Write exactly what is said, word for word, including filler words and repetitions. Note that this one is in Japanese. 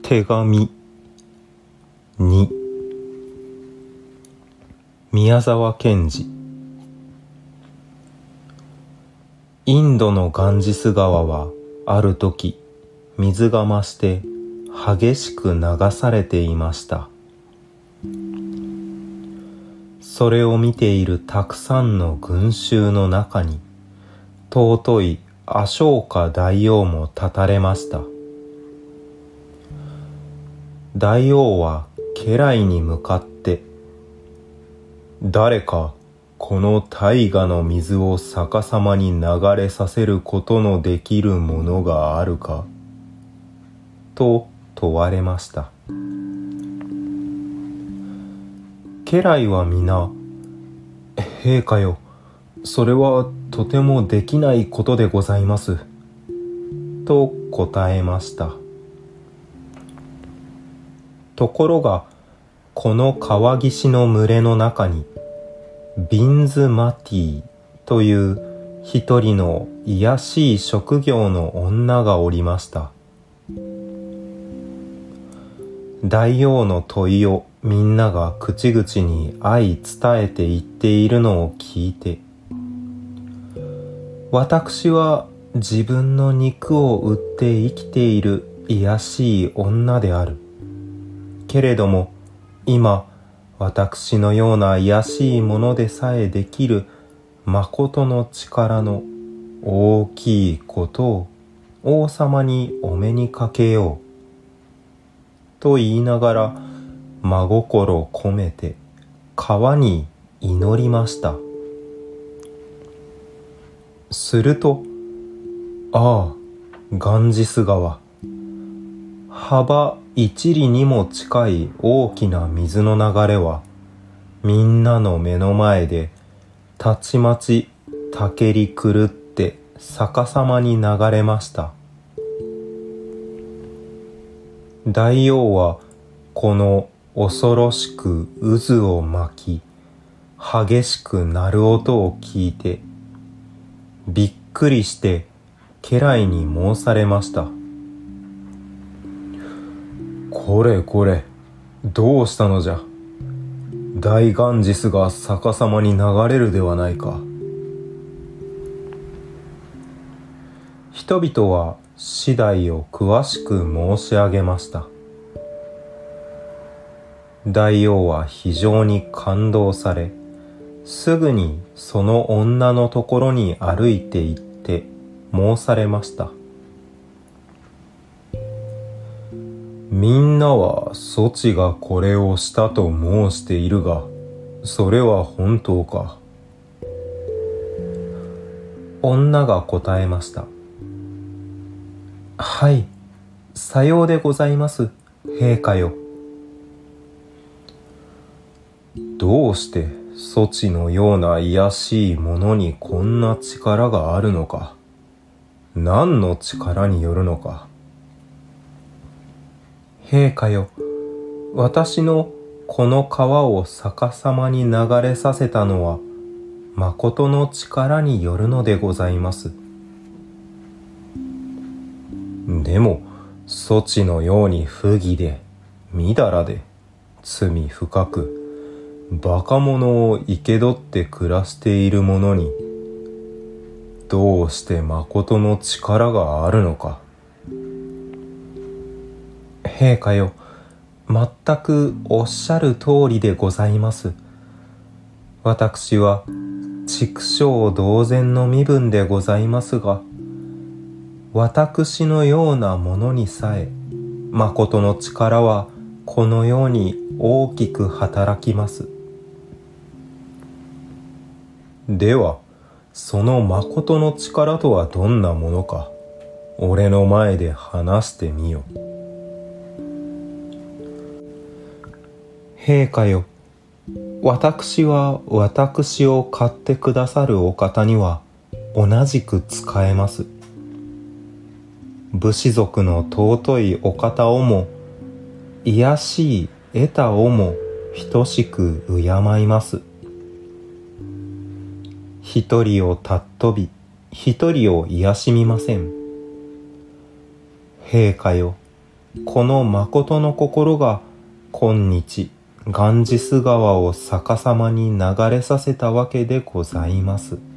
手紙に宮沢賢治。インドのガンジス川はある時水が増して激しく流されていました。それを見ているたくさんの群衆の中に尊いアショーカ大王も立たれました。大王は家来に向かって、誰かこの大河の水を逆さまに流れさせることのできるものがあるかと問われました。家来は皆、陛下よ、それはとてもできないことでございます、と答えました。ところが、この川岸の群れの中に、ビンズマティという一人の卑しい職業の女がおりました。大王の問いをみんなが口々に相伝えて言っているのを聞いて、私は自分の肉を売って生きている卑しい女である。けれども今私のような卑しいものでさえできる誠の力の大きいことを王様にお目にかけようと言いながら真心込めて川に祈りました。すると、ああ、ガンジス川、幅一里にも近い大きな水の流れはみんなの目の前でたちまちたけり狂って逆さまに流れました。大王はこの恐ろしく渦を巻き激しく鳴る音を聞いてびっくりして家来に申されました。これこれ、どうしたのじゃ。大ガンジスが逆さまに流れるではないか。人々は次第を詳しく申し上げました。大王は非常に感動され、すぐにその女のところに歩いて行って申されました。みんなはそちがこれをしたと申しているが、それは本当か。女が答えました。はい、さようでございます、陛下よ。どうしてそちのような卑しいものにこんな力があるのか。何の力によるのか。陛下よ、私のこの川を逆さまに流れさせたのは誠の力によるのでございます。でも、そちのように不義で、みだらで、罪深く、バカ者を生け取って暮らしている者に、どうして誠の力があるのか。陛下よ、全くおっしゃる通りでございます。私は畜生同然の身分でございますが、私のようなものにさえ、誠の力はこのように大きく働きます。では、その誠の力とはどんなものか、俺の前で話してみよ。陛下よ、私は私を買ってくださるお方には同じく仕えます。武士族の尊いお方をも、卑しい得たをも等しく敬います。一人を尊び、一人を卑しみません。陛下よ、 この誠の心が今日ガンジス川を逆さまに流れさせたわけでございます。